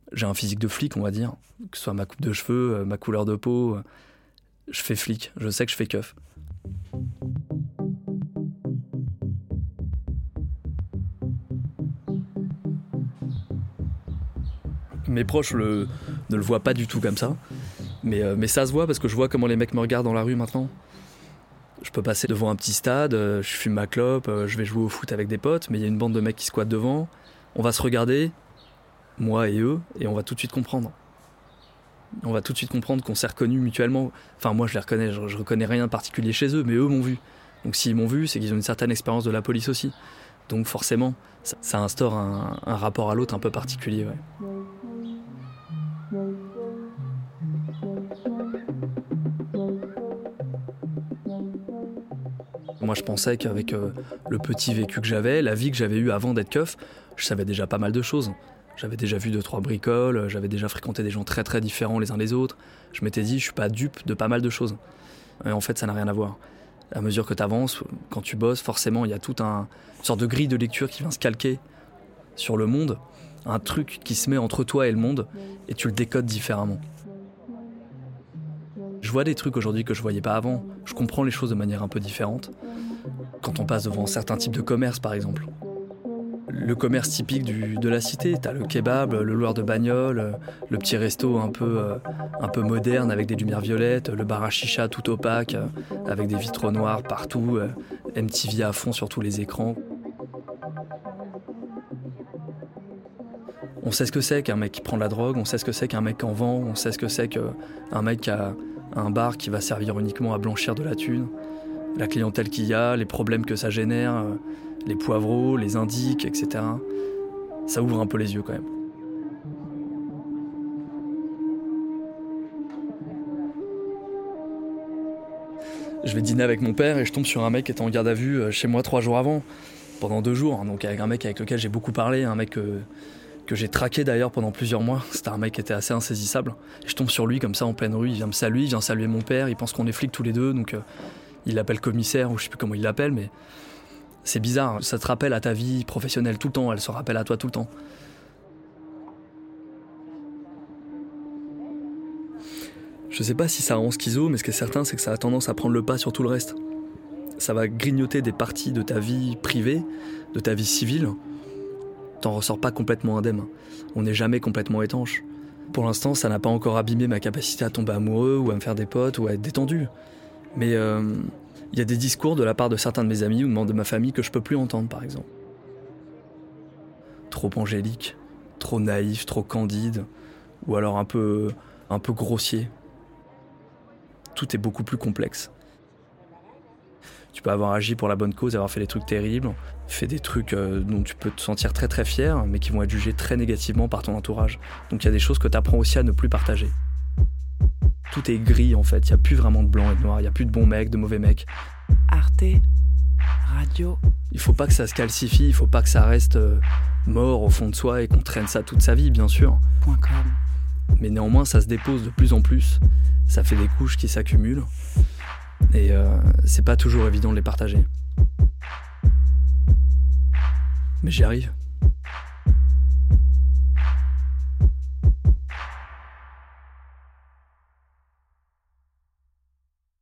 J'ai un physique de flic, on va dire. Que ce soit ma coupe de cheveux, ma couleur de peau. Je fais flic. Je sais que je fais keuf. Mes proches ne le voient pas du tout comme ça. Mais ça se voit parce que je vois comment les mecs me regardent dans la rue maintenant. Je peux passer devant un petit stade, je fume ma clope, je vais jouer au foot avec des potes, mais il y a une bande de mecs qui squattent devant. On va se regarder, moi et eux, et on va tout de suite comprendre. On va tout de suite comprendre qu'on s'est reconnus mutuellement. Enfin, moi je les reconnais, je reconnais rien de particulier chez eux, mais eux m'ont vu. Donc s'ils m'ont vu, c'est qu'ils ont une certaine expérience de la police aussi. Donc forcément, ça instaure un rapport à l'autre un peu particulier. Ouais. Moi, je pensais qu'avec le petit vécu que j'avais, la vie que j'avais eue avant d'être keuf, je savais déjà pas mal de choses. J'avais déjà vu 2-3 bricoles, j'avais déjà fréquenté des gens très très différents les uns des autres. Je m'étais dit, je suis pas dupe de pas mal de choses. Et en fait, ça n'a rien à voir. À mesure que tu avances, quand tu bosses, forcément, il y a toute une sorte de grille de lecture qui vient se calquer sur le monde, un truc qui se met entre toi et le monde, et tu le décodes différemment. Je vois des trucs aujourd'hui que je voyais pas avant. Je comprends les choses de manière un peu différente. Quand on passe devant certains types de commerces, par exemple. Le commerce typique de la cité, t'as le kebab, le loueur de bagnole, le petit resto un peu moderne avec des lumières violettes, le bar à chicha tout opaque, avec des vitraux noirs partout, MTV à fond sur tous les écrans. On sait ce que c'est qu'un mec qui prend de la drogue, on sait ce que c'est qu'un mec qui en vend, on sait ce que c'est qu'un mec qui a un bar qui va servir uniquement à blanchir de la thune, la clientèle qu'il y a, les problèmes que ça génère, les poivreaux, les indiques, etc. Ça ouvre un peu les yeux quand même. Je vais dîner avec mon père et je tombe sur un mec qui était en garde à vue chez moi 3 jours avant, pendant 2 jours, donc avec un mec avec lequel j'ai beaucoup parlé, un mec que j'ai traqué d'ailleurs pendant plusieurs mois. C'était un mec qui était assez insaisissable. Et je tombe sur lui comme ça en pleine rue, il vient me saluer, il vient saluer mon père, il pense qu'on est flics tous les deux, donc il l'appelle commissaire ou je sais plus comment il l'appelle, mais c'est bizarre, ça te rappelle à ta vie professionnelle tout le temps, elle se rappelle à toi tout le temps. Je sais pas si ça rend schizo, mais ce qui est certain, c'est que ça a tendance à prendre le pas sur tout le reste. Ça va grignoter des parties de ta vie privée, de ta vie civile. T'en ressors pas complètement indemne. On n'est jamais complètement étanche. Pour l'instant, ça n'a pas encore abîmé ma capacité à tomber amoureux ou à me faire des potes ou à être détendu. Mais y a des discours de la part de certains de mes amis ou de membres de ma famille que je peux plus entendre, par exemple. Trop angélique, trop naïf, trop candide, ou alors un peu grossier. Tout est beaucoup plus complexe. Tu peux avoir agi pour la bonne cause, avoir fait des trucs terribles, fait des trucs dont tu peux te sentir très très fier, mais qui vont être jugés très négativement par ton entourage. Donc il y a des choses que tu apprends aussi à ne plus partager. Tout est gris en fait, il n'y a plus vraiment de blanc et de noir, il n'y a plus de bons mecs, de mauvais mecs. Arte Radio. Il faut pas que ça se calcifie, il faut pas que ça reste mort au fond de soi et qu'on traîne ça toute sa vie, bien sûr. .com. Mais néanmoins, ça se dépose de plus en plus, ça fait des couches qui s'accumulent. Et c'est pas toujours évident de les partager. Mais j'y arrive.